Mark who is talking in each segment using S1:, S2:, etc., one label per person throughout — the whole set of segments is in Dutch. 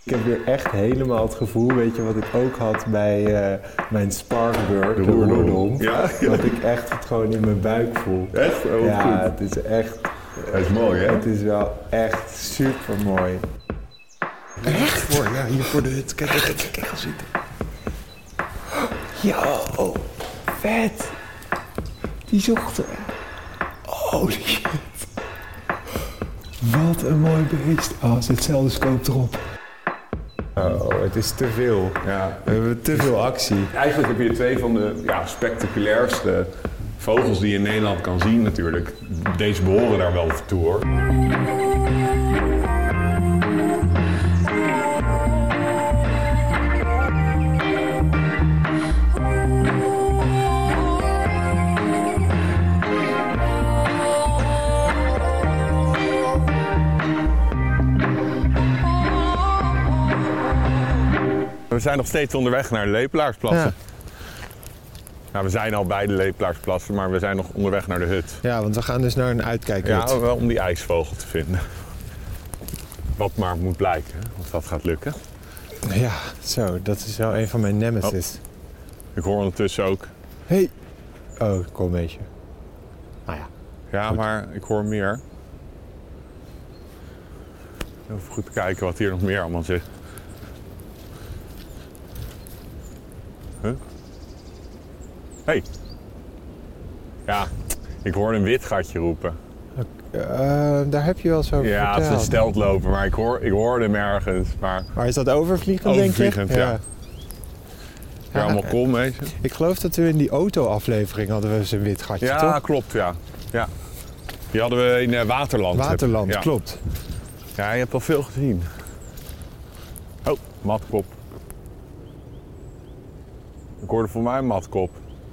S1: Ik heb weer echt helemaal het gevoel, weet je, wat ik ook had bij mijn Sparkburg, de roerdom.
S2: Ja?
S1: Dat ik echt het gewoon in mijn buik voel.
S2: Echt? Oh,
S1: ja,
S2: goed.
S1: het is echt...
S2: Dat is mooi, hè?
S1: Het is wel echt super mooi.
S2: Echt? Ja, hier voor de hut. Kijk, ga zitten.
S1: Yo, vet. Die zochten. Oh shit. Wat een mooi beest. Oh, zit zelfscoop erop. Oh, het is te veel.
S2: Ja.
S1: We hebben te veel actie.
S2: Eigenlijk heb je twee van de spectaculairste vogels die je in Nederland kan zien natuurlijk. Deze behoren daar wel toe, hoor. We zijn nog steeds onderweg naar de Lepelaarsplassen.
S1: Ja.
S2: Nou, we zijn al bij de Lepelaarsplassen, maar we zijn nog onderweg naar de hut.
S1: Ja, want we gaan dus naar een uitkijkhut.
S2: Ja, wel om die ijsvogel te vinden. Wat maar moet blijken, of dat gaat lukken.
S1: Ja, zo, dat is wel een van mijn nemesis.
S2: Ik hoor ondertussen ook.
S1: Hey. Oh, koolmeesje. Nou ja.
S2: Ja,
S1: Goed.
S2: maar ik hoor meer. Even goed kijken wat hier nog meer allemaal zit. Huh? Hey. Ja, ik hoorde een wit gatje roepen.
S1: Daar heb je wel zo over
S2: Ja, het is
S1: verteld.
S2: een steltloper, maar ik hoorde hem ergens. Maar
S1: Maar is dat overvliegend,
S2: overvliegend,
S1: denk je?
S2: ja. Ja, allemaal koolmezen.
S1: Ik geloof dat we in die auto-aflevering hadden we eens een wit gatje,
S2: Ja,
S1: toch?
S2: klopt, ja. Die hadden we in Waterland.
S1: Waterland,
S2: Ja.
S1: klopt.
S2: Ja, je hebt al veel gezien. Oh, matkop. Ik hoorde voor mij een matkop.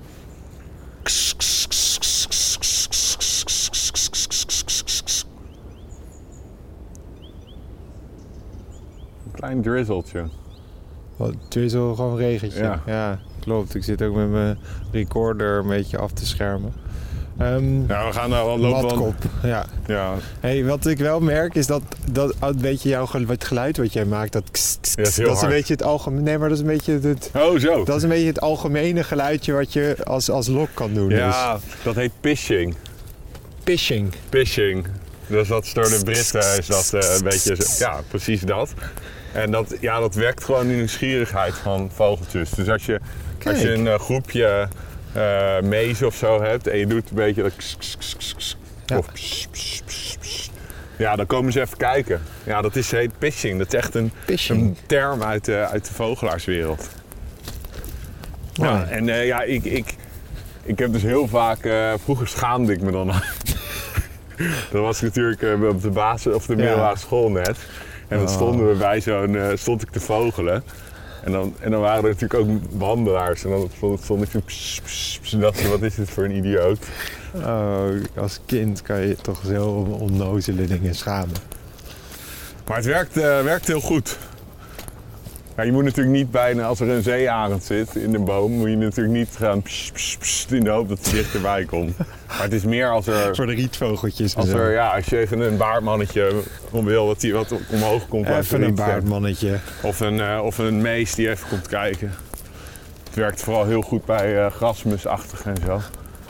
S2: Een klein drizzltje.
S1: Wat, drizzle, gewoon regentje.
S2: Ja.
S1: Klopt. Ik zit ook met mijn recorder een beetje af te schermen.
S2: Ja, we gaan daar wel lopen.
S1: Matkop, ja.
S2: Ja,
S1: Hey, wat ik wel merk is dat een beetje het geluid wat jij maakt, dat
S2: Ja, is heel
S1: dat is een
S2: hard.
S1: beetje het algemene. Nee, maar dat is een beetje het.
S2: oh zo.
S1: Dat is een beetje het algemene geluidje wat je als lok kan doen.
S2: Ja, dat heet pishing.
S1: Dus pishing.
S2: Pishing. Dus dat is door de Britten is dat een beetje zo. Ja, precies dat. En dat wekt gewoon de nieuwsgierigheid van vogeltjes. Dus als je een groepje mezen of zo hebt en je doet een beetje dat
S1: Ja.
S2: of ja, dan komen ze even kijken. Ja, dat heet pishing. Dat is echt een term uit de vogelaarswereld. Ja,
S1: Mooi.
S2: en ik heb dus heel vaak, vroeger schaamde ik me dan. Dan was ik natuurlijk op de basis of de middelbare school net. En dan stonden we bij stond ik te vogelen. En dan waren er natuurlijk ook wandelaars. En dan stond ik zo, dacht ik, wat is dit voor een idioot?
S1: Oh, als kind kan je toch zo om onnozele dingen schamen.
S2: Maar het werkt heel goed. Ja, je moet natuurlijk niet bijna, als er een zeearend zit in de boom, moet je natuurlijk niet gaan in de hoop dat hij dichterbij komt. Maar het is meer als er...
S1: Voor de rietvogeltjes.
S2: Als je even een baardmannetje wil dat hij wat omhoog komt.
S1: Even een baardmannetje.
S2: Of een mees die even komt kijken. Het werkt vooral heel goed bij grasmusachtig en zo.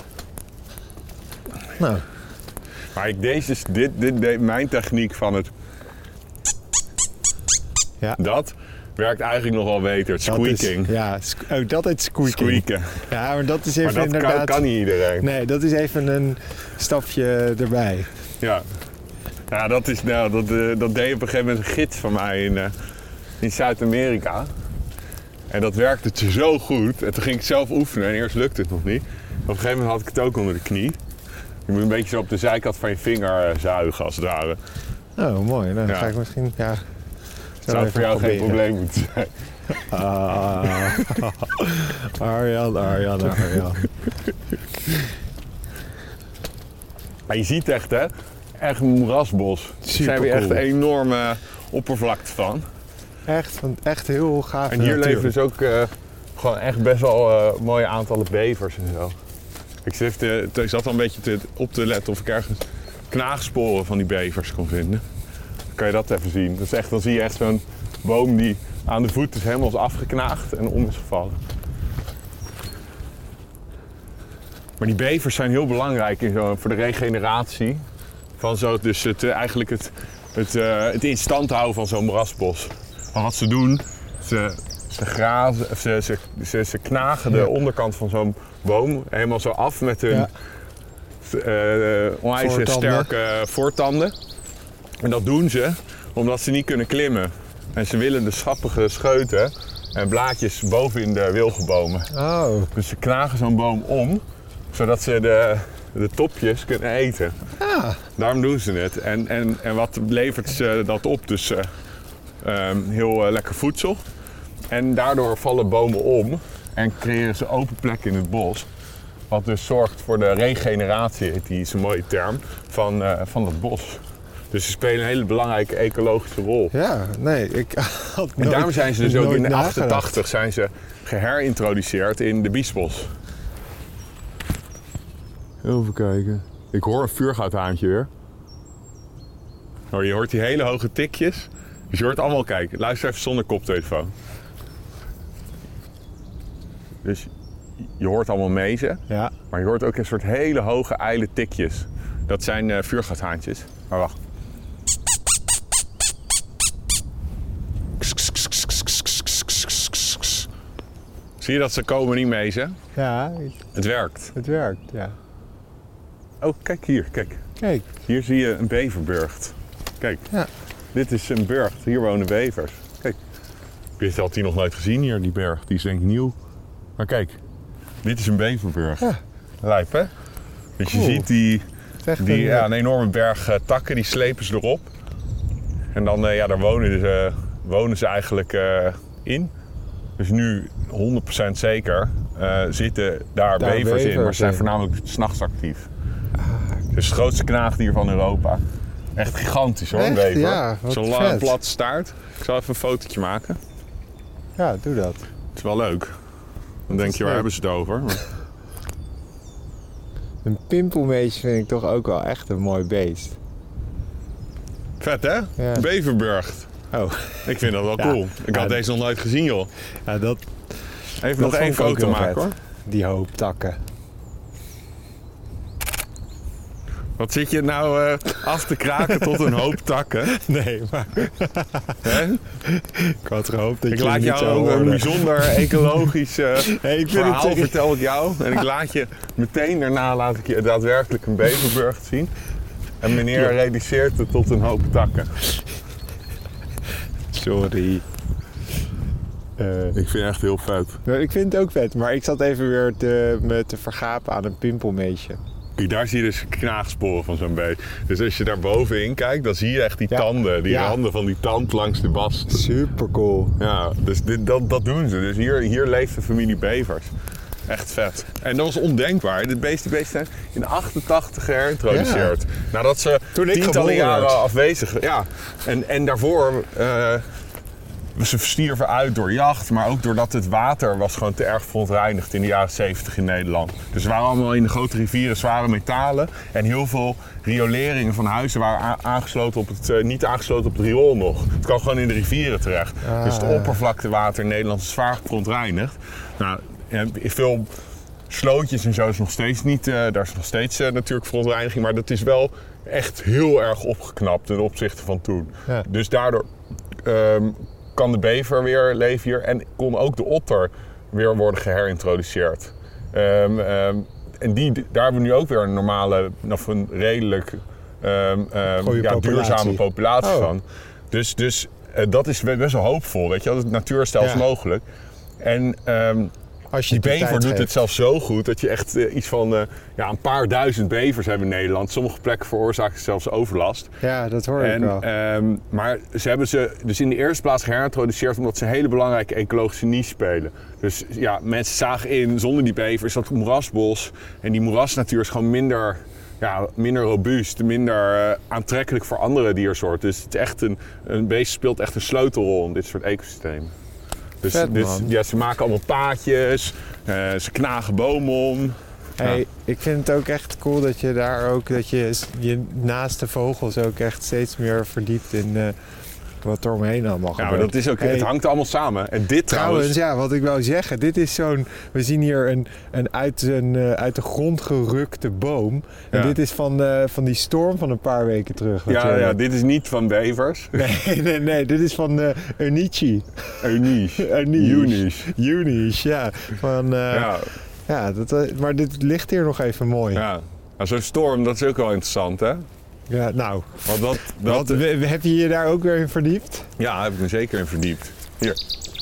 S1: Nou.
S2: Maar mijn techniek van het...
S1: Ja.
S2: Dat werkt eigenlijk nog wel beter. Het squeaking.
S1: Dat heet squeaking.
S2: Squeaken.
S1: Ja, maar dat is even
S2: Maar dat
S1: inderdaad...
S2: kan niet iedereen.
S1: Nee, dat is even een stapje erbij.
S2: Ja, dat deed op een gegeven moment een gids van mij in Zuid-Amerika. En dat werkte zo goed. En toen ging ik zelf oefenen en eerst lukte het nog niet. Op een gegeven moment had ik het ook onder de knie. Je moet een beetje zo op de zijkant van je vinger zuigen als het ware.
S1: Oh, mooi. Nou, dan
S2: Ja.
S1: ga ik misschien... Ja,
S2: Zou voor jou geen probleem moeten zijn.
S1: Arjan.
S2: Maar je ziet echt, hè? Echt een moerasbos. Er zijn weer echt een enorme oppervlakte van.
S1: Echt heel gaaf.
S2: En hier leven dus ook gewoon echt best wel mooie aantallen bevers en zo. Ik zat al een beetje op te letten of ik ergens knaagsporen van die bevers kon vinden. Dan kan je dat even zien. Dat is echt, dan zie je echt zo'n boom die aan de voet is helemaal is afgeknaagd en om is gevallen. Maar die bevers zijn heel belangrijk voor de regeneratie van zo, dus het in stand houden van zo'n moerasbos. Maar wat ze doen, ze grazen, ze knagen de onderkant van zo'n boom helemaal zo af met hun onwijs sterke voortanden. En dat doen ze omdat ze niet kunnen klimmen. En ze willen de schappige scheuten en blaadjes boven in de wilgenbomen.
S1: Oh.
S2: Dus ze knagen zo'n boom om, zodat ze de topjes kunnen eten.
S1: Ah.
S2: Daarom doen ze het. En wat levert ze dat op? Dus heel lekker voedsel. En daardoor vallen bomen om en creëren ze open plekken in het bos. Wat dus zorgt voor de regeneratie, die is een mooie term, van het bos. Dus ze spelen een hele belangrijke ecologische rol.
S1: Ja, nee, ik had
S2: En daarom zijn ze dus ook in de
S1: nagedacht.
S2: 88 zijn ze geherintroduceerd in de Biesbos. Even kijken. Ik hoor een vuurgoudhaantje weer. Oh, je hoort die hele hoge tikjes. Dus je hoort allemaal kijken. Luister even zonder koptelefoon. Dus je hoort allemaal mezen.
S1: Ja.
S2: Maar je hoort ook een soort hele hoge ijle tikjes. Dat zijn vuurgoudhaantjes. Maar wacht. Zie je dat ze komen niet mezen?
S1: Ja,
S2: Het werkt.
S1: het werkt, ja.
S2: Oh, kijk hier, kijk.
S1: Kijk.
S2: Hier zie je een beverburcht. Kijk,
S1: Ja.
S2: dit is een burcht. Hier wonen bevers. Kijk. Ik had die nog nooit gezien hier, die berg. Die is denk ik nieuw. Maar kijk, dit is een beverburcht.
S1: Ja.
S2: Lijp, hè? Dus je
S1: Cool.
S2: ziet die
S1: Echt
S2: een enorme berg takken, die slepen ze erop. En dan daar wonen ze eigenlijk in. Dus nu 100% zeker zitten daar bevers in, maar ze zijn
S1: in.
S2: voornamelijk 's nachts actief. Dus het grootste knaagdier van Europa. Echt gigantisch hoor, een
S1: Echt?
S2: bever.
S1: Ja, wat
S2: Zo'n
S1: vet.
S2: lange platte staart. Ik zal even een fotootje maken.
S1: Ja, doe dat.
S2: Het is wel leuk. Dan denk
S1: is
S2: je, waar
S1: leuk.
S2: hebben ze het over? Maar
S1: Een pimpelmeesje vind ik toch ook wel echt een mooi beest.
S2: vet hè?
S1: Ja.
S2: Beverburgt.
S1: Oh.
S2: Ik vind dat wel
S1: Ja.
S2: cool. Ik had
S1: Ja.
S2: deze nog nooit gezien joh.
S1: Ja, dat
S2: Even nog één
S1: vond ik ook
S2: foto
S1: heel
S2: maken
S1: vet.
S2: hoor.
S1: Die hoop takken.
S2: Wat zit je nou af te kraken tot een hoop takken?
S1: Nee, maar
S2: Hè?
S1: ik had gehoopt dat
S2: Ik
S1: je
S2: laat
S1: niet
S2: jou
S1: zou
S2: ook een
S1: horen.
S2: bijzonder ecologisch
S1: Nee, ik vind
S2: verhaal
S1: het serieus.
S2: vertel ik jou. En ik laat je meteen daarna laat ik je daadwerkelijk een beverburgt zien. En meneer reduceert het tot een hoop takken.
S1: Sorry.
S2: Ik vind het echt heel vet.
S1: Ik vind het ook vet, maar ik zat even weer me te vergapen aan een pimpelmeesje.
S2: Kijk, daar zie je dus knaagsporen van zo'n beest. Dus als je daar bovenin kijkt, dan zie je echt die
S1: Ja.
S2: tanden. Die
S1: Ja.
S2: randen van die tand langs de bast.
S1: Super cool.
S2: Ja, dus dat doen ze. Dus hier leeft de familie bevers. Echt vet. En dat was ondenkbaar. Die beesten zijn in 88 geherintroduceerd. Nadat ze
S1: Toen ik
S2: tientallen
S1: geboren
S2: jaren
S1: werd.
S2: afwezig waren. Ja. En daarvoor... ze stierven uit door jacht, maar ook doordat het water was gewoon te erg verontreinigd in de jaren 70 in Nederland. Dus er waren allemaal in de grote rivieren zware metalen en heel veel rioleringen van huizen waren niet aangesloten op het riool nog. Het kwam gewoon in de rivieren terecht.
S1: Ah.
S2: Dus het oppervlaktewater in Nederland is zwaar verontreinigd. Nou, en veel slootjes en zo is nog steeds niet, daar is nog steeds natuurlijk verontreiniging, maar dat is wel echt heel erg opgeknapt ten opzichte van toen.
S1: Ja.
S2: Dus daardoor kan de bever weer leven hier en kon ook de otter weer worden geherintroduceerd. En daar hebben we nu ook weer een normale, of een redelijk duurzame populatie van. Dus dat is best wel hoopvol, weet je wel. Het natuurstelsel
S1: Ja.
S2: mogelijk. En
S1: Als je
S2: die
S1: het de
S2: bever
S1: tijd
S2: doet
S1: geeft.
S2: het zelfs zo goed dat je echt iets van een paar duizend bevers hebt in Nederland. Sommige plekken veroorzaken ze zelfs overlast.
S1: Ja, dat hoor ik wel.
S2: Maar ze hebben ze dus in de eerste plaats geherintroduceerd omdat ze een hele belangrijke ecologische niche spelen. Dus ja, mensen zagen in, zonder die bevers, dat moerasbos en die moerasnatuur is gewoon minder robuust, minder aantrekkelijk voor andere diersoorten. Dus het is echt een beest speelt echt een sleutelrol in dit soort ecosystemen. Dus,
S1: Vet, man.
S2: ja, ze maken allemaal paadjes, ze knagen bomen om.
S1: Hey, ik vind het ook echt cool dat je daar ook, dat je naast de vogels ook echt steeds meer verdiept in wat er omheen allemaal
S2: Ja,
S1: gebeurt.
S2: maar dat is ook, het hangt allemaal samen. En dit
S1: Trouwens, ja, wat ik wou zeggen, dit is we zien hier een uit de grond gerukte boom. En
S2: Ja.
S1: dit is van die storm van een paar weken terug.
S2: Ja, dit is niet van Bevers.
S1: Nee, dit is van Eunice. Eunice, ja. Maar dit ligt hier nog even mooi.
S2: Ja. Nou, zo'n storm, dat is ook wel interessant, hè?
S1: Ja, nou.
S2: Want
S1: heb je je daar ook weer in verdiept?
S2: Ja, daar heb ik me zeker in verdiept. Hier.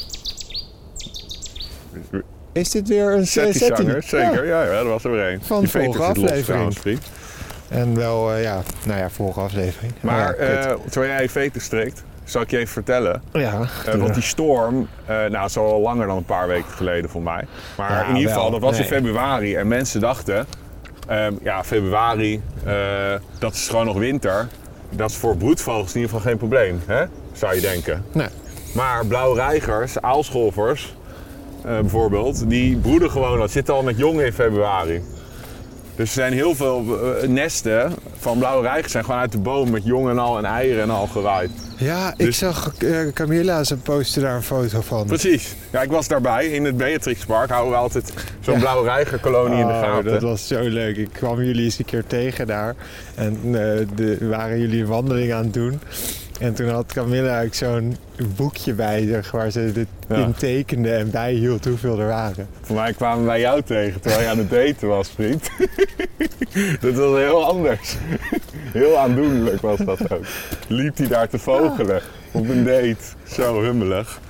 S1: Is dit weer een
S2: setting? Zeker, ja, dat was er weer een.
S1: Van de vorige aflevering.
S2: Vriend.
S1: En wel, vorige aflevering.
S2: Maar terwijl jij je veter strikt, zal ik je even vertellen.
S1: Ja.
S2: Want die storm, het is al langer dan een paar weken geleden voor mij. Maar in ieder geval, dat was in februari. En mensen dachten, februari, dat is gewoon nog winter. Dat is voor broedvogels in ieder geval geen probleem, hè? Zou je denken.
S1: Nee.
S2: Maar blauwreigers, aalscholvers bijvoorbeeld, die broeden gewoon, dat zit al met jongen in februari. Dus er zijn heel veel nesten van blauwe reigers zijn gewoon uit de boom met jongen en al en eieren en al gewaaid.
S1: Ja, ik zag Camilla, ze postte daar een foto van.
S2: Precies. Ja, ik was daarbij in het Beatrixpark. Houden we altijd zo'n blauwe reigerkolonie in de gaten.
S1: Dat was zo leuk. Ik kwam jullie eens een keer tegen daar. En waren jullie een wandeling aan het doen. En toen had Camilla ook zo'n boekje bij zich waar ze dit in tekende en bijhield hoeveel er waren.
S2: Voor mij kwamen wij jou tegen terwijl je aan het daten was, vriend. Dat was heel anders. Heel aandoenlijk was dat ook. Liep hij daar te vogelen op een date. Zo hummelig.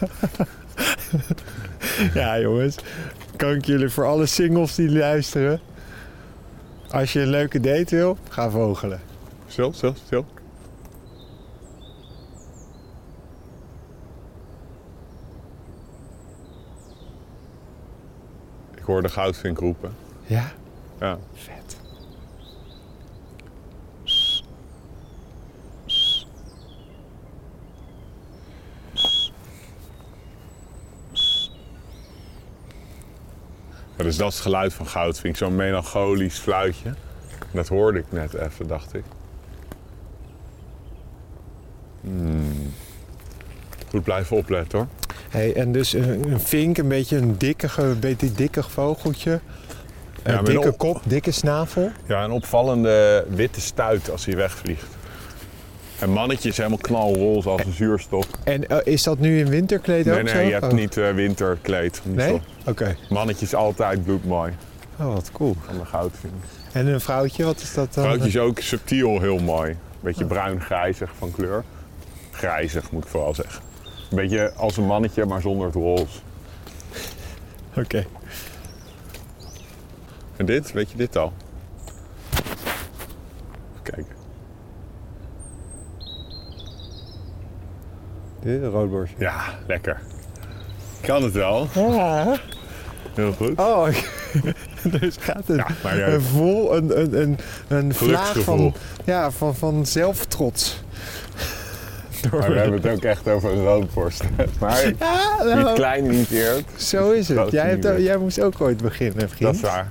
S1: Ja jongens, kan ik jullie voor alle singles die luisteren. Als je een leuke date wil, ga vogelen.
S2: Stil. Ik hoorde goudvink roepen.
S1: Ja?
S2: Ja.
S1: Vet.
S2: Ja, dus dat is het geluid van goudvink, zo'n melancholisch fluitje. Dat hoorde ik net even, dacht ik. Goed blijven opletten hoor.
S1: Hey, en dus een vink, een beetje dikke vogeltje.
S2: Ja,
S1: dikke kop, dikke snavel.
S2: Ja, een opvallende witte stuit als hij wegvliegt. En mannetjes helemaal knalroze als een zuurstof.
S1: En is dat nu in winterkleed ook zo?
S2: Nee, je hebt niet winterkleed.
S1: Nee? Oké.
S2: Mannetjes altijd bloedmooi.
S1: Oh, wat cool.
S2: Van de goudvink.
S1: En een vrouwtje, wat is dat dan?
S2: Vrouwtje is ook subtiel heel mooi. Beetje bruin-grijzig van kleur. Grijzig moet ik vooral zeggen. Een beetje als een mannetje, maar zonder het roze.
S1: Oké.
S2: En dit, weet je dit al? Even kijken.
S1: Dit is een roodborstje.
S2: Ja, lekker. Kan het wel.
S1: Ja.
S2: Heel goed.
S1: Oh, dus gaat een vlaag van zelftrots.
S2: Maar we hebben het ook echt over een roodborst. Maar niet klein, niet eerd.
S1: Zo is het. Jij moest ook ooit beginnen, vriend.
S2: Dat is waar.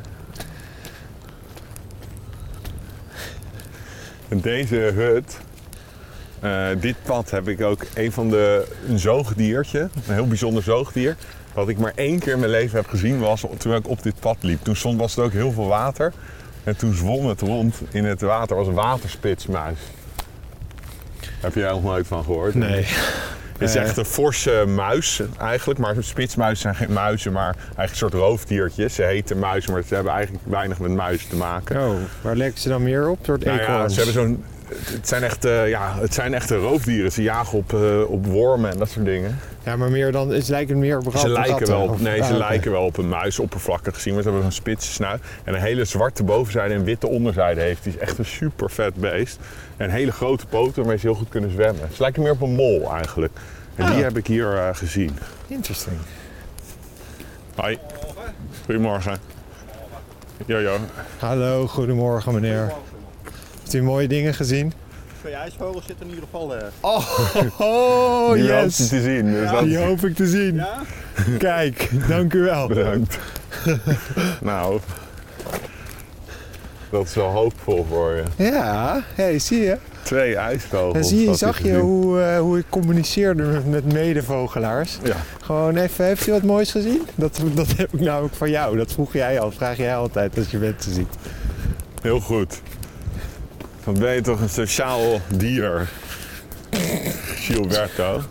S2: En deze hut, dit pad heb ik ook een zoogdiertje, een heel bijzonder zoogdier. Wat ik maar 1 keer in mijn leven heb gezien was toen ik op dit pad liep. Toen was er ook heel veel water en toen zwom het rond in het water als een waterspitsmuis. Heb je daar nog nooit van gehoord?
S1: Nee.
S2: Het is echt een forse muis eigenlijk, maar spitsmuizen zijn geen muizen, maar eigenlijk een soort roofdiertjes. Ze heten muizen, maar ze hebben eigenlijk weinig met muizen te maken.
S1: Oh, waar lijken ze dan meer op? Een soort eekhoorns?
S2: Ja, ze hebben het zijn echte roofdieren. Ze jagen op wormen en dat soort dingen.
S1: Ja, maar het lijkt meer op ratten.
S2: Ze lijken wel op een muis, oppervlakkig gezien, maar ze hebben een spitse snuit. En een hele zwarte bovenzijde en witte onderzijde heeft. Die is echt een super vet beest. En hele grote poten waarmee ze heel goed kunnen zwemmen. Ze lijken meer op een mol eigenlijk. En die heb ik hier gezien.
S1: Interesting.
S2: Hoi. Goedemorgen. Jojo.
S1: Hallo, goedemorgen meneer. Heeft u mooie dingen gezien?
S3: 2 ijsvogels zitten in ieder geval.
S1: Oh,
S2: die
S1: yes!
S2: hoop te zien. Dus
S1: Die hoop ik te zien.
S3: Ja?
S1: Kijk, dank u wel.
S2: Bedankt. Nou, dat is wel hoopvol voor je.
S1: Ja, zie je?
S2: 2 ijsvogels.
S1: En zag je hoe ik communiceerde met medevogelaars?
S2: Ja.
S1: Gewoon even, heeft u wat moois gezien? Dat heb ik namelijk van jou. Dat vraag jij altijd als je mensen ziet.
S2: Heel goed. Dan ben je toch een sociaal dier, Gilberto.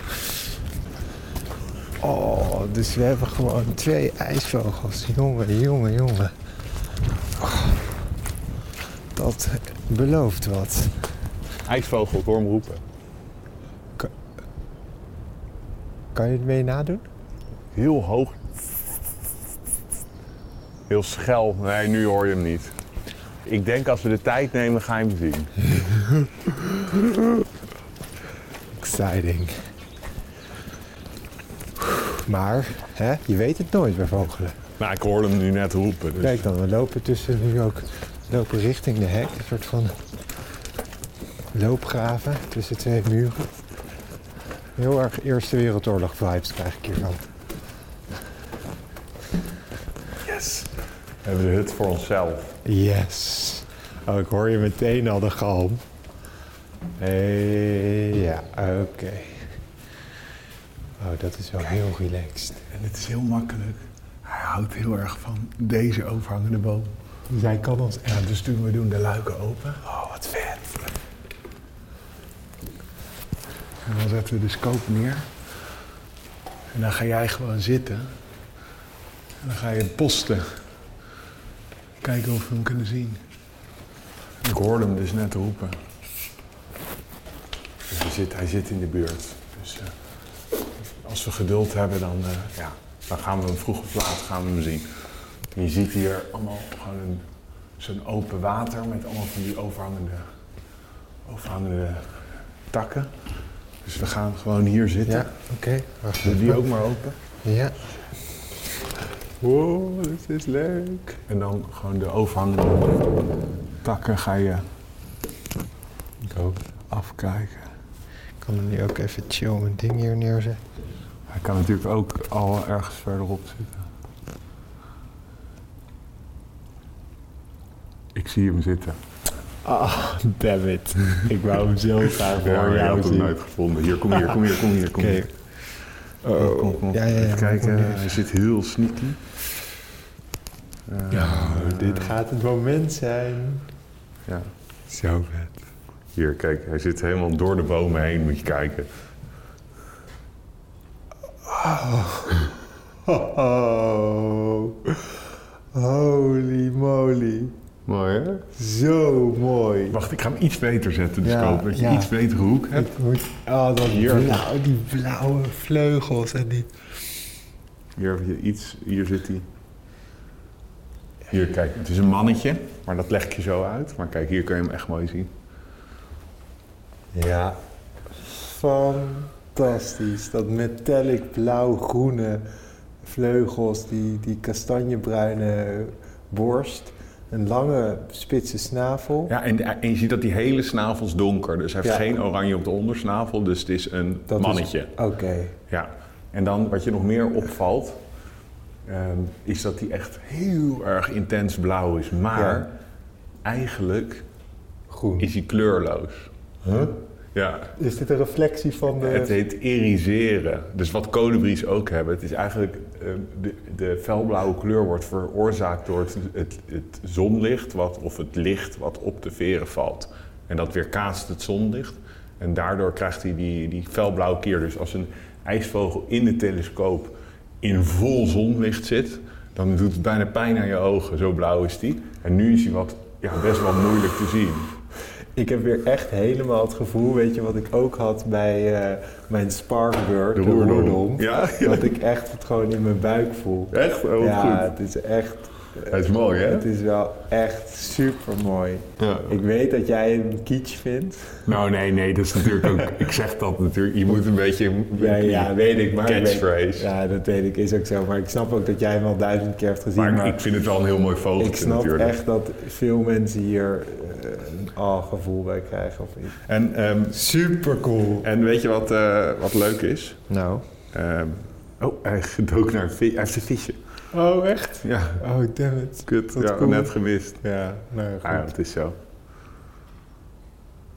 S1: Oh, dus we hebben gewoon 2 ijsvogels. Jongen. Oh, dat belooft wat.
S2: IJsvogel, ik hoor hem roepen.
S1: Kan je het mee nadoen?
S2: Heel hoog. Heel schel. Nee, nu hoor je hem niet. Ik denk als we de tijd nemen, ga je hem zien.
S1: Exciting. Maar, je weet het nooit bij vogelen.
S2: Nou, ik hoorde hem nu net roepen. Dus.
S1: Kijk dan, we lopen richting de hek. Een soort van loopgraven tussen 2 muren. Heel erg Eerste Wereldoorlog vibes krijg ik hiervan.
S2: Yes. We hebben de hut voor onszelf.
S1: Yes. Oh, ik hoor je meteen al de galm. Ja, oké. Oh, dat is wel heel relaxed.
S4: En het is heel makkelijk. Hij houdt heel erg van deze overhangende boom.
S1: Dus hij kan ons...
S4: Ja, dus we doen de luiken open.
S1: Oh, wat vet.
S4: En dan zetten we de scope neer. En dan ga jij gewoon zitten. En dan ga je posten. Kijken of we hem kunnen zien. Ik hoorde hem dus net roepen. Dus hij zit in de buurt. Dus als we geduld hebben, dan gaan we hem vroeg of laat hem zien. En je ziet hier allemaal gewoon zo'n open water met allemaal van die overhangende takken. Dus we gaan gewoon hier zitten.
S1: Ja, oké.
S4: Doe die ook maar open.
S1: Ja.
S4: Wow, dit is leuk. En dan gewoon de overhangende takken ga je afkijken.
S1: Ik kan hem nu ook even chill mijn ding hier neerzetten.
S4: Hij kan natuurlijk ook al ergens verderop zitten. Ik zie hem zitten.
S1: Ah, damn it. Ik wou hem zo graag voor
S2: Ja, je
S1: jou
S2: had hem
S1: zien.
S2: nooit gevonden. Hier, kom hier.
S1: Oké. Oh,
S4: Kom.
S1: Ja,
S4: Even kijken,
S1: kom
S4: hij zit heel sneaky.
S1: dit gaat het moment zijn.
S2: Ja.
S1: Zo vet.
S2: Hier, kijk, hij zit helemaal door de bomen heen, moet je kijken.
S1: Oh. Holy moly.
S2: Mooi, hè?
S1: Zo mooi.
S2: Wacht, ik ga hem iets beter zetten, de
S1: Ja,
S2: scope, dat je
S1: ja.
S2: iets betere hoek hebt.
S1: Die blauwe vleugels en die...
S2: Hier zit hij. Hier, kijk, het is een mannetje, maar dat leg ik je zo uit. Maar kijk, hier kun je hem echt mooi zien.
S1: Ja, fantastisch. Dat metallic blauw-groene vleugels, die kastanjebruine borst, een lange spitse snavel.
S2: Ja, en je ziet dat die hele snavel is donker. Dus hij heeft geen oranje op de ondersnavel, dus het is een mannetje.
S1: Oké.
S2: Ja, en dan wat je nog meer opvalt, is dat hij echt heel erg intens blauw is. Maar eigenlijk
S1: Groen.
S2: is hij kleurloos.
S1: Huh?
S2: Ja.
S1: Is dit een reflectie van de...
S2: Het heet iriseren. Dus wat kolibries ook hebben. Het is eigenlijk, de felblauwe kleur wordt veroorzaakt door het zonlicht of het licht wat op de veren valt. En dat weerkaatst het zonlicht. En daardoor krijgt hij die felblauwe kleur. Dus als een ijsvogel in de telescoop in vol zonlicht zit, dan doet het bijna pijn aan je ogen. Zo blauw is die. En nu is hij best wel moeilijk te zien.
S1: Ik heb weer echt helemaal het gevoel, weet je wat ik ook had bij mijn Sparkbird, de roerdom.
S2: Ja?
S1: Dat ik echt het gewoon in mijn buik voel.
S2: Echt? Oh,
S1: ja,
S2: goed.
S1: het is echt...
S2: Het is mooi, hè?
S1: Het is wel echt super mooi.
S2: Ja.
S1: Ik weet dat jij een kitsch vindt.
S2: Nou, nee, dat is natuurlijk ook... Ik zeg dat natuurlijk, je moet een beetje...
S1: Ja, weet ik. Maar
S2: catchphrase.
S1: Ja, dat weet ik, is ook zo. Maar ik snap ook dat jij hem al 1000 keer hebt gezien.
S2: Maar ik vind het wel een heel mooi vogeltje
S1: ik snap
S2: natuurlijk.
S1: echt dat veel mensen hier een gevoel bij krijgen. Of iets.
S2: En,
S1: super cool.
S2: En weet je wat leuk is?
S1: Nou.
S2: Hij dook naar hij heeft een visje.
S1: Oh, echt?
S2: Ja.
S1: Oh, damn it.
S2: Kut,
S1: Wat
S2: ja,
S1: cool.
S2: net gemist.
S1: Ja, nou goed.
S2: Ah, ja, het is zo.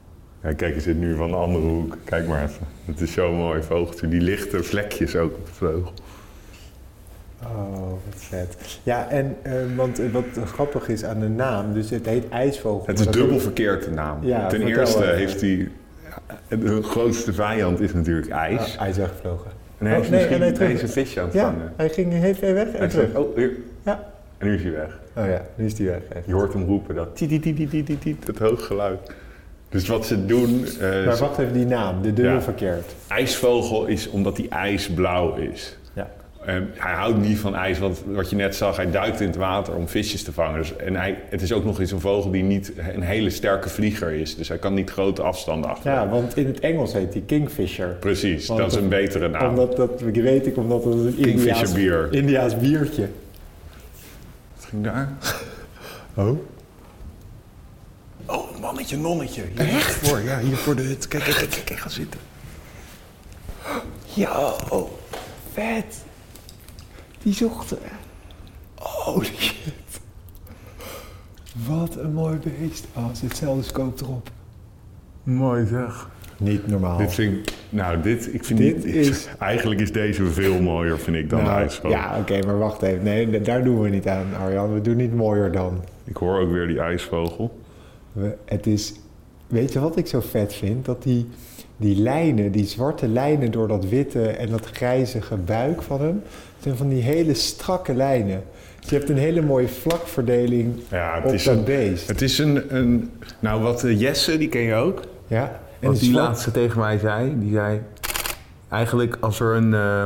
S2: Ja, kijk, je zit nu van de andere hoek. Kijk maar even. Het is zo'n mooi vogeltje. Die lichte vlekjes ook op de vleugel.
S1: Oh, wat vet. Ja, en want wat grappig is aan de naam, dus het heet ijsvogel.
S2: Het is dubbel verkeerd de naam.
S1: Ja,
S2: Ten
S1: vertel
S2: eerste
S1: even.
S2: heeft hij... De grootste vijand is natuurlijk ijs.
S1: Hij is weggevlogen.
S2: En hij is
S1: en hij
S2: misschien deze visje aan het
S1: Ja,
S2: vangen.
S1: hij ging even weg en
S2: Hij
S1: terug.
S2: zegt, oh, hier.
S1: Ja.
S2: En nu is hij weg.
S1: Oh ja, nu is hij weg. Echt.
S2: Je hoort hem roepen, dat tiet, dat hoog geluid. Dus wat ze doen...
S1: Maar wacht even, die naam, de dubbel
S2: Ja.
S1: verkeerd.
S2: ijsvogel is omdat hij ijsblauw is.
S1: Ja.
S2: Hij houdt niet van ijs, want wat je net zag, hij duikt in het water om visjes te vangen. Dus, het is ook nog eens een vogel die niet een hele sterke vlieger is. Dus hij kan niet grote afstanden afleggen.
S1: Ja, want in het Engels heet hij Kingfisher.
S2: Precies,
S1: Want
S2: dat is een betere naam.
S1: Omdat dat weet ik, omdat het een
S2: Kingfisher bier.
S1: Indiaas biertje.
S2: Wat ging daar?
S1: Oh?
S2: Oh, mannetje, nonnetje.
S1: Echt? Ja, hier voor de hut. Kijk, ga zitten. Ja, vet. Die zochten. Holy shit. Wat een mooi beest. Oh, er zit telescoop erop.
S2: Mooi zeg.
S1: Niet normaal.
S2: Eigenlijk is deze veel mooier, vind ik, dan de ijsvogel.
S1: Ja, oké, maar wacht even. Nee, daar doen we niet aan, Arjan. We doen niet mooier dan.
S2: Ik hoor ook weer die ijsvogel.
S1: Weet je wat ik zo vet vind? Dat die lijnen, die zwarte lijnen door dat witte en dat grijzige buik van hem, zijn van die hele strakke lijnen. Dus je hebt een hele mooie vlakverdeling op dat beest.
S2: Het is een nou, wat Jesse, die ken je ook.
S1: Ja. En
S2: Wat die laatste tegen mij zei, die zei... Eigenlijk als er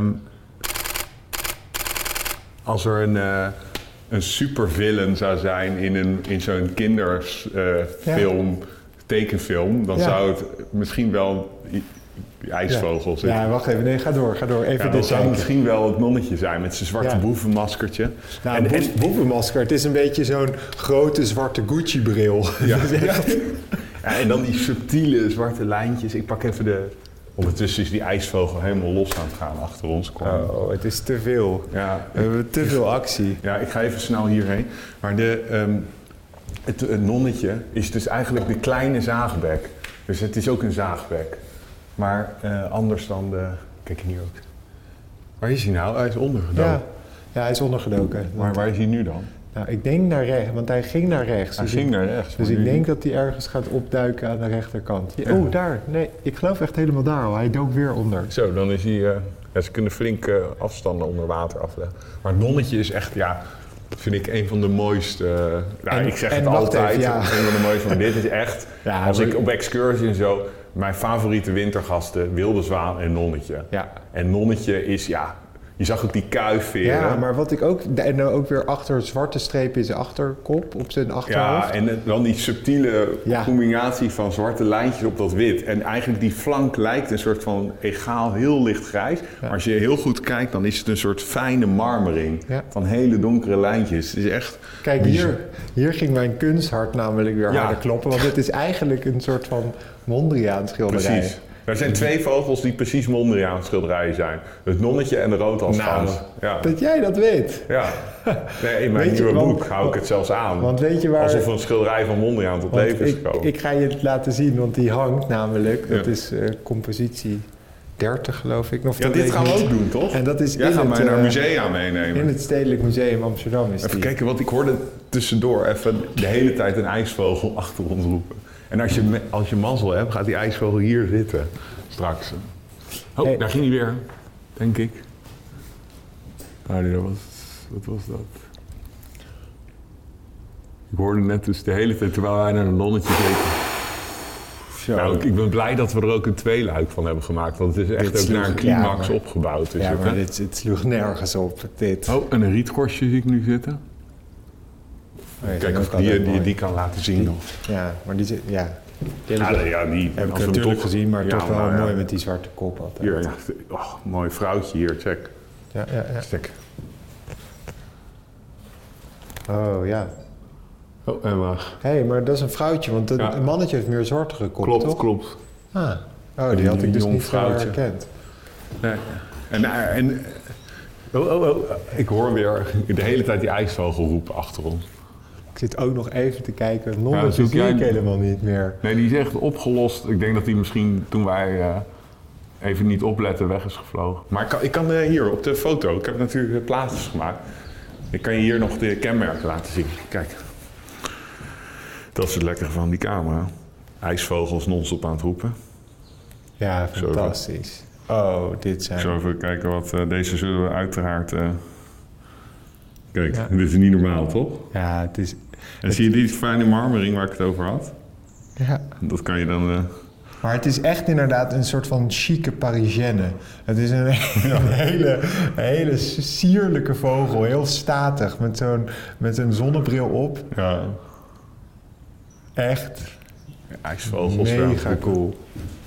S2: een supervillain zou zijn in zo'n kinderfilm, tekenfilm... dan zou het misschien wel ijsvogel zitten.
S1: Ja, wacht even. Nee, ga door. Even
S2: dat zou misschien wel het nonnetje zijn met zijn zwarte boevenmaskertje.
S1: Nou, boevenmasker. Het is een beetje zo'n grote zwarte Gucci-bril.
S2: Ja. Ja, en dan die subtiele zwarte lijntjes. Ik pak even de... Ondertussen is die ijsvogel helemaal los aan het gaan achter ons.
S1: Oh, het is te veel.
S2: Ja,
S1: We hebben te veel actie.
S2: Ja, ik ga even snel hierheen. Maar het nonnetje is dus eigenlijk de kleine zaagbek. Dus het is ook een zaagbek. Maar anders dan de... Kijk hier ook. Waar is hij nou? Hij is ondergedoken.
S1: Ja, hij is ondergedoken.
S2: Maar waar is hij nu dan?
S1: Nou, ik denk naar rechts, want hij ging naar rechts.
S2: Hij ging naar rechts.
S1: Dus ik denk dat hij ergens gaat opduiken aan de rechterkant. Ja. Oh, daar. Nee, ik geloof echt helemaal daar al. Hij dook weer onder.
S2: Zo, dan is hij... ze kunnen flinke afstanden onder water afleggen. Maar het nonnetje is echt, vind ik een van de mooiste... ik zeg het altijd,
S1: even,
S2: een van de mooiste. Maar dit is echt, als ik op excursie en zo... Mijn favoriete wintergasten, wilde zwaan en nonnetje.
S1: Ja.
S2: En nonnetje is, je zag ook die kuifveren.
S1: Ja, maar wat ik ook... En dan ook weer achter zwarte streep in zijn achterkop, op zijn achterhoofd.
S2: Ja, en dan die subtiele combinatie van zwarte lijntjes op dat wit. En eigenlijk die flank lijkt een soort van egaal, heel licht grijs. Ja. Maar als je heel goed kijkt, dan is het een soort fijne marmering. Ja. Van hele donkere lijntjes. Het is echt...
S1: Kijk, hier ging mijn kunsthart namelijk weer harder kloppen. Want het is eigenlijk een soort van Mondriaan schilderij.
S2: Precies. Er zijn twee vogels die precies Mondriaan schilderijen zijn. Het nonnetje en de roodhalsgans.
S1: Dat jij dat weet.
S2: Ja. Nee, in mijn nieuwe boek hou ik het zelfs aan.
S1: Want weet je waar...
S2: Alsof een schilderij van Mondriaan tot leven is gekomen.
S1: Ik ga je het laten zien, want die hangt namelijk. Dat is compositie 30, geloof ik. Of
S2: dit gaan we ook doen, toch?
S1: En dat is
S2: Jij gaat mij naar musea meenemen.
S1: In het Stedelijk Museum Amsterdam is
S2: even kijken, want ik hoorde tussendoor even de hele tijd een ijsvogel achter ons roepen. En als je mazzel hebt, gaat die ijsvogel hier zitten. Straks. Oh, daar ging hij weer. Denk ik. Wat was dat? Ik hoorde net dus de hele tijd, terwijl wij naar een nonnetje keken. Nou, ik ben blij dat we er ook een tweeluik van hebben gemaakt. Want het is echt ook naar een climax opgebouwd.
S1: Ja, maar het sloeg nergens op, dit.
S2: Oh, en een rietkorstje zie ik nu zitten. Kijk of ik die kan laten zien nog.
S1: Ja, maar die zit... Ja. Die
S2: heb
S1: ik natuurlijk gezien, maar toch wel mooi met die zwarte kop altijd.
S2: Hier, mooi vrouwtje hier, check.
S1: Ja.
S2: Check.
S1: Oh, ja.
S2: Oh, en wacht.
S1: Hé, maar dat is een vrouwtje, want een mannetje heeft meer zwartere kop, toch?
S2: Klopt.
S1: Oh, die had ik dus niet herkend.
S2: Nee. En ik hoor weer de hele tijd die ijsvogel roepen achter ons.
S1: Ik zit ook nog even te kijken.
S2: Ja,
S1: Nonnetje
S2: zoek
S1: zie
S2: jij-
S1: ik helemaal niet meer.
S2: Nee, die is echt opgelost. Ik denk dat die misschien toen wij even niet opletten weg is gevlogen. Maar ik kan hier op de foto, ik heb natuurlijk plaatjes gemaakt. Ik kan je hier nog de kenmerken laten zien. Kijk. Dat is het lekkere van die camera. IJsvogels non-stop aan het roepen.
S1: Ja,
S2: Zo.
S1: fantastisch. Oh, dit
S2: Ik
S1: zijn...
S2: zal even kijken wat deze zullen we uiteraard... Kijk,
S1: Ja.
S2: dit is niet normaal, toch?
S1: Ja, het is...
S2: En zie je die fijne marmering waar ik het over had?
S1: Ja.
S2: Dat kan je dan...
S1: Maar het is echt inderdaad een soort van chique Parisienne. Het is een hele sierlijke vogel. Heel statig. Met een zonnebril op.
S2: ja,
S1: Echt
S2: ijsvogels.
S1: mega
S2: ja.
S1: cool.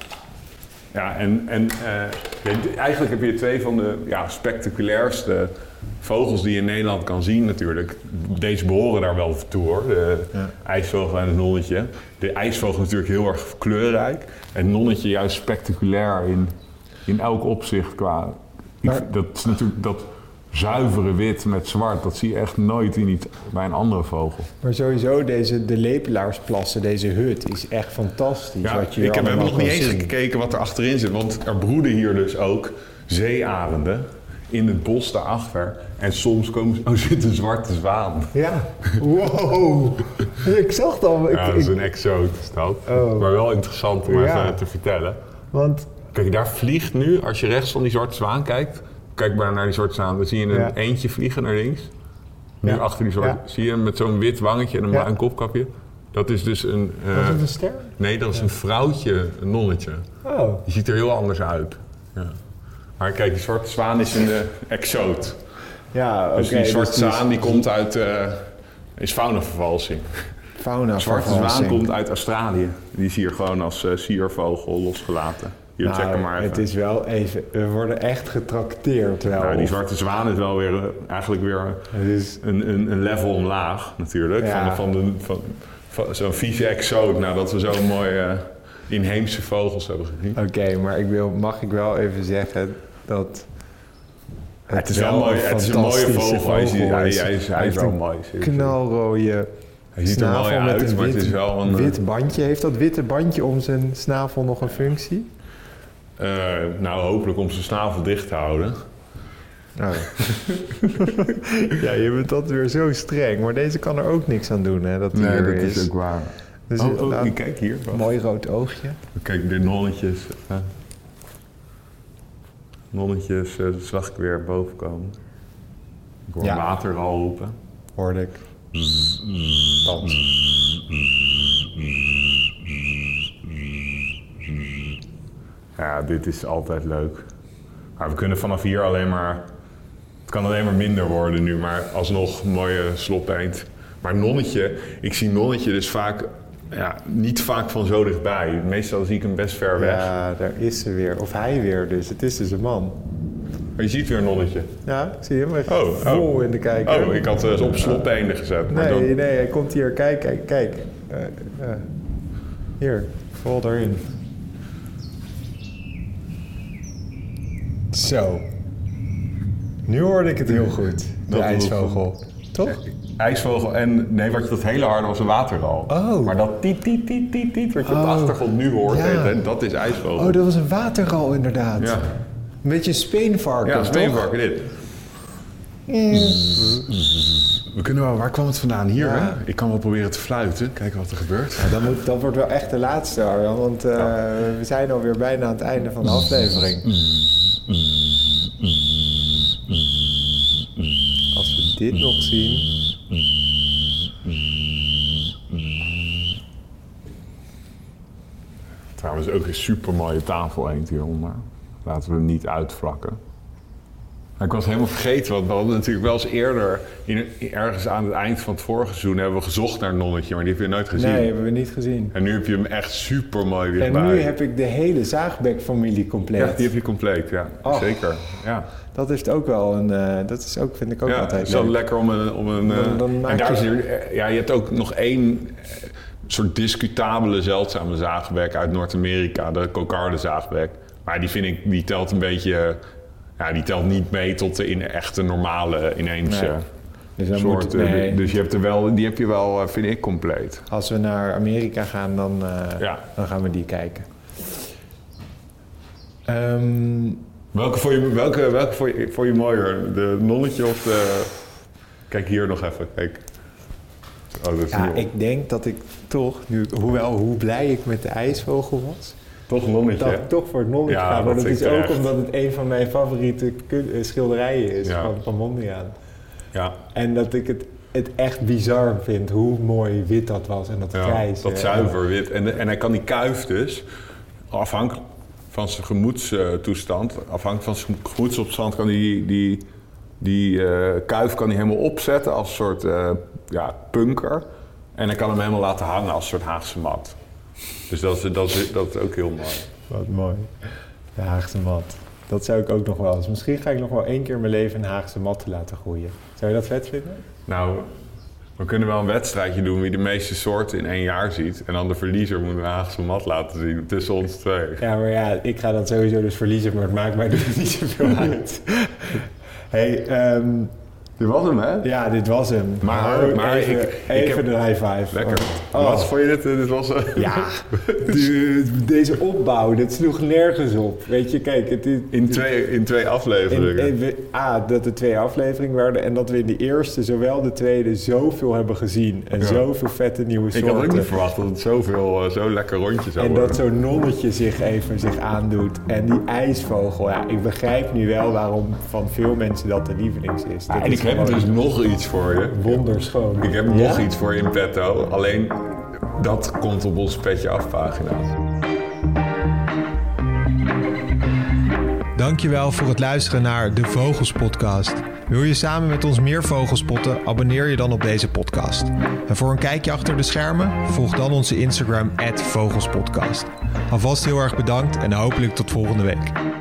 S2: Ja, eigenlijk heb je twee van de spectaculairste vogels die je in Nederland kan zien natuurlijk. Deze behoren daar wel toe hoor, de ijsvogel en het nonnetje. De ijsvogel natuurlijk heel erg kleurrijk. En het nonnetje juist spectaculair in elk opzicht qua... dat is natuurlijk dat zuivere wit met zwart, dat zie je echt nooit bij een andere vogel.
S1: Maar sowieso de Lepelaarsplassen, deze hut, is echt fantastisch.
S2: Ja,
S1: wat je hier
S2: we hebben
S1: allemaal
S2: nog niet
S1: kan
S2: eens
S1: zien.
S2: gekeken wat er achterin zit, want er broeden hier dus ook zeearenden in het bos daarachter. En soms zit een zwarte zwaan.
S1: Ja, wow. Ik zag het al.
S2: Ja, dat is een exoot is dat.
S1: Oh.
S2: Maar wel interessant om
S1: Ja.
S2: even te vertellen.
S1: Want,
S2: Kijk, daar vliegt nu, als je rechts van die zwarte zwaan kijkt, kijk maar naar die zwarte zwaan, dan zie je een eentje vliegen naar links. Nu
S1: Ja.
S2: achter die zwarte, zie je hem met zo'n wit wangetje en een bruin kopkapje. Dat is dus een...
S1: was het een ster?
S2: Nee, dat is een vrouwtje, een nonnetje.
S1: Oh.
S2: Die ziet er heel anders uit. Ja. Maar kijk, die zwarte zwaan is een exoot.
S1: Ja, oké.
S2: Dus die zwarte
S1: die is
S2: zwaan die komt uit... is faunavervalsing.
S1: fauna.
S2: De zwarte zwaan komt uit Australië. Die is hier gewoon als siervogel losgelaten. Hier, check hem maar even.
S1: Het is wel even... We worden echt getrakteerd wel.
S2: Nou, die zwarte zwaan is wel weer eigenlijk weer
S1: Het is,
S2: een level omlaag natuurlijk.
S1: Ja.
S2: Van zo'n vieze exoot nadat we zo'n mooie inheemse vogels hebben gezien.
S1: oké, maar mag ik wel even zeggen dat...
S2: Het is wel mooi. Het is een mooie vogel. Hij is wel mooi.
S1: Knalrode
S2: Hij ziet er mooi
S1: snavel met
S2: uit,
S1: een
S2: maar het is wel een...
S1: wit bandje. Heeft dat witte bandje om zijn snavel nog een functie?
S2: nou, hopelijk om zijn snavel dicht te houden.
S1: Oh. Ja, je bent dat weer zo streng. Maar deze kan er ook niks aan doen, hè, dat hij er is.
S2: waar.
S1: Dus
S2: Kijk hier. Wacht.
S1: mooi rood oogje.
S2: Kijk, de nonnetjes. Nonnetjes zag ik weer boven komen. Ik hoor water al roepen.
S1: Hoorde ik. Dat.
S2: Ja, dit is altijd leuk. Maar we kunnen vanaf hier alleen maar... Het kan alleen maar minder worden nu, maar alsnog een mooie slopeend. Maar nonnetje, ik zie nonnetje dus vaak... Ja, niet vaak van zo dichtbij. Meestal zie ik hem best ver weg.
S1: Ja, daar is ze weer. Of hij weer dus. Het is dus een man.
S2: Maar je ziet weer een nonnetje.
S1: Ja, ik zie hem even
S2: Oh,
S1: vol in de kijker.
S2: Oh, ik had op slopeenden gezet. Maar
S1: Nee,
S2: dan...
S1: nee, hij komt hier. Kijk. Hier, vol erin. Zo. Nu hoorde ik het heel goed. De
S2: Dat
S1: ijsvogel. Toch?
S2: IJsvogel en... Nee, wat je dat hele harde was een waterral.
S1: Oh.
S2: Maar dat tiet, wat je op de achtergrond nu hoort,
S1: Ja.
S2: dat is ijsvogel.
S1: Oh, dat was een waterral inderdaad.
S2: Ja,
S1: Een beetje een speenvarken,
S2: ja
S1: toch?
S2: speenvarken dit. We kunnen wel... Waar kwam het vandaan? Hier,
S1: Ja.
S2: hè? Ik kan wel proberen te fluiten. Kijken wat er gebeurt.
S1: Ja, dat wordt wel echt de laatste, Arjan, want we zijn alweer bijna aan het einde van de aflevering. Als we dit nog zien...
S2: Trouwens ook een super mooie tafel eend hieronder. Laten we hem niet uitvlakken. Maar ik was helemaal vergeten, want we hadden natuurlijk wel eens eerder... ergens aan het eind van het vorige seizoen hebben we gezocht naar een nonnetje, maar die heb je nooit gezien.
S1: Nee, hebben we niet gezien.
S2: En nu heb je hem echt super mooi weer
S1: En
S2: bij.
S1: nu heb ik de hele Zaagbek-familie compleet.
S2: Ja, die heb je compleet, ja.
S1: Och.
S2: Zeker. Ja.
S1: Dat heeft ook wel een... dat is ook, vind ik ook
S2: Ja, het
S1: altijd
S2: is wel
S1: leuk.
S2: lekker om een
S1: Dan maak
S2: en daar
S1: je-
S2: is er, ja, je hebt ook nog één soort discutabele zeldzame zaagbek uit Noord-Amerika, de kokardenzaagbek. Maar die vind ik, die telt een beetje, ja, die telt niet mee tot de echte normale inheemse.
S1: Nee. Dus,
S2: soorten. Dus je hebt die heb je wel, vind ik, compleet.
S1: Als we naar Amerika gaan, dan gaan we die kijken.
S2: Welke vond je mooier? De nonnetje of de... Kijk hier nog even, kijk. Oh, dat is
S1: ik denk dat ik toch, hoe blij ik met de ijsvogel was...
S2: Toch een nonnetje,
S1: dat ik toch voor het nonnetje ga. Maar dat is ook omdat het een van mijn favoriete schilderijen is van Mondriaan.
S2: Ja.
S1: En dat ik het echt bizar vind hoe mooi wit dat was en dat grijs.
S2: Dat zuiver wit. En hij kan die kuif dus, afhankelijk van zijn gemoedstoestand, afhankelijk van zijn gemoedsopstand, kan die kuif kan hij helemaal opzetten als een soort punker. En hij kan hem helemaal laten hangen als een soort Haagse mat. Dus dat is ook heel mooi.
S1: Wat mooi. De Haagse mat. Dat zou ik ook nog wel eens. Misschien ga ik nog wel 1 keer in mijn leven een Haagse mat laten groeien. Zou je dat vet vinden?
S2: Nou, we kunnen wel een wedstrijdje doen wie de meeste soorten in 1 jaar ziet. En dan de verliezer moet een Haagse mat laten zien tussen ons 2.
S1: Ja, maar ik ga dat sowieso dus verliezen, maar het maakt mij dus niet zoveel uit.
S2: Dit was hem, hè?
S1: Ja, dit was hem.
S2: Maar
S1: even de high five.
S2: Lekker. Wat vond je dit was...
S1: Ja, deze opbouw, dat sloeg nergens op. Weet je, kijk...
S2: In 2 afleveringen.
S1: Dat er 2 afleveringen werden en dat we in de eerste, zowel de tweede, zoveel hebben gezien. En zoveel vette nieuwe soorten.
S2: Ik had ook niet verwacht dat het zo lekker rondje zou worden.
S1: En dat zo'n nonnetje zich aandoet. En die ijsvogel, ik begrijp nu wel waarom van veel mensen dat de lievelings is.
S2: En ik heb dus nog iets voor je.
S1: Wonderschoon.
S2: Ik heb nog iets voor je in petto. Alleen dat komt op onze Petje Af pagina.
S5: Dankjewel voor het luisteren naar de Vogels Podcast. Wil je samen met ons meer vogels spotten? Abonneer je dan op deze podcast. En voor een kijkje achter de schermen, volg dan onze Instagram @vogelspodcast. Alvast heel erg bedankt en hopelijk tot volgende week.